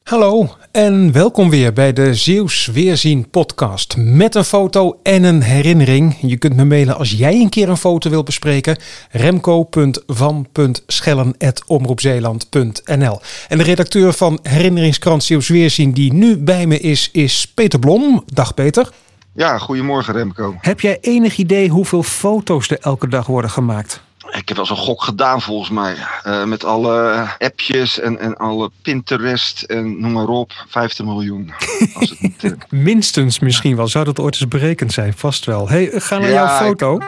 Hallo en welkom weer bij de Zeeuws Weerzien podcast met een foto en een herinnering. Je kunt me mailen als jij een keer een foto wilt bespreken. remco.van.schellen@omroepzeeland.nl. En de redacteur van herinneringskrant Zeeuws Weerzien die nu bij me is Peter Blom. Dag Peter. Ja, goedemorgen Remco. Heb jij enig idee hoeveel foto's er elke dag worden gemaakt? Ik heb wel zo'n gok gedaan volgens mij. Met alle appjes en alle Pinterest en noem maar op. 15 miljoen. Als het niet, Minstens misschien wel. Zou dat ooit eens berekend zijn? Vast wel. Hey, ga naar jouw foto.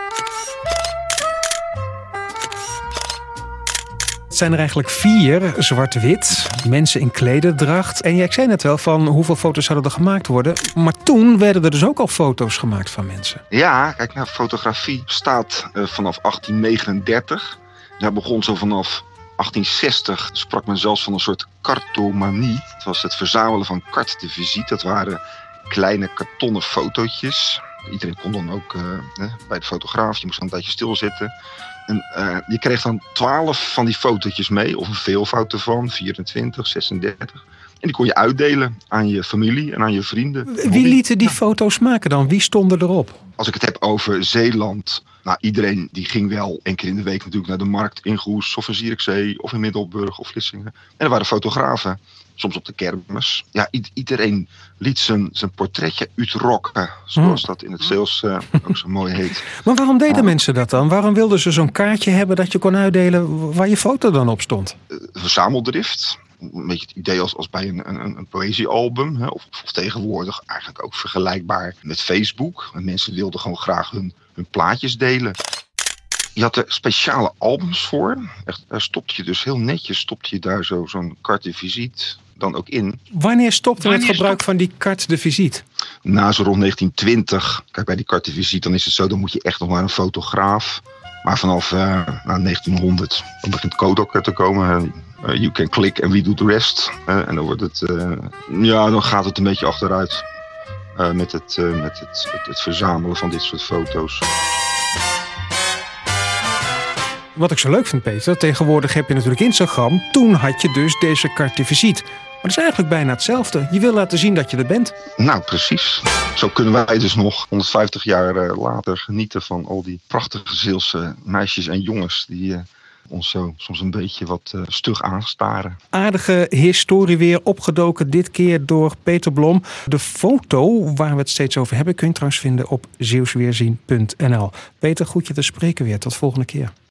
Het zijn er eigenlijk 4, zwart-wit, mensen in klederdracht. En jij zei net wel van hoeveel foto's zouden er gemaakt worden. Maar toen werden er dus ook al foto's gemaakt van mensen. Ja, kijk, nou, fotografie staat vanaf 1839. Dat begon zo vanaf 1860. Sprak men zelfs van een soort kartomanie. Het was het verzamelen van carte de visite. Dat waren kleine kartonnen fotootjes. Iedereen kon dan ook bij de fotograaf. Je moest dan een tijdje stilzitten. En je kreeg dan 12 van die fotootjes mee, of een veelvoud ervan, 24, 36. En die kon je uitdelen aan je familie en aan je vrienden. Wie lieten die foto's maken dan? Wie stonden erop? Als ik het heb over Zeeland, nou iedereen die ging wel 1 keer in de week natuurlijk naar de markt in Goes of in Zierikzee of in Middelburg of Vlissingen. En er waren fotografen, soms op de kermis. Ja, iedereen liet zijn portretje uitrokken, zoals dat in het Zeeuws ook zo mooi heet. Maar waarom deden mensen dat dan? Waarom wilden ze zo'n kaartje hebben dat je kon uitdelen waar je foto dan op stond? Verzameldrift. Een beetje het idee als bij een poëziealbum. Hè, of tegenwoordig eigenlijk ook vergelijkbaar met Facebook. Mensen wilden gewoon graag hun plaatjes delen. Je had er speciale albums voor. Echt, daar stopte je dus heel netjes daar zo'n carte de visite dan ook in. Wanneer stopte het gebruik van die carte de visite? Na zo rond 1920. Kijk, bij die carte de visite dan is het zo, dan moet je echt nog maar een fotograaf. Maar vanaf 1900 dan begint Kodak te komen. You can click and we do the rest. En dan wordt het, dan gaat het een beetje achteruit met het verzamelen van dit soort foto's. Wat ik zo leuk vind, Peter, tegenwoordig heb je natuurlijk Instagram. Toen had je dus deze carte de visite. Maar dat is eigenlijk bijna hetzelfde. Je wil laten zien dat je er bent. Nou, precies. Zo kunnen wij dus nog 150 jaar later genieten van al die prachtige Zeelse meisjes en jongens die ons zo soms een beetje wat stug aanstaren. Aardige historie weer opgedoken, dit keer door Peter Blom. De foto waar we het steeds over hebben kun je trouwens vinden op zeeuwsweerzien.nl. Peter, goed je te spreken weer. Tot volgende keer.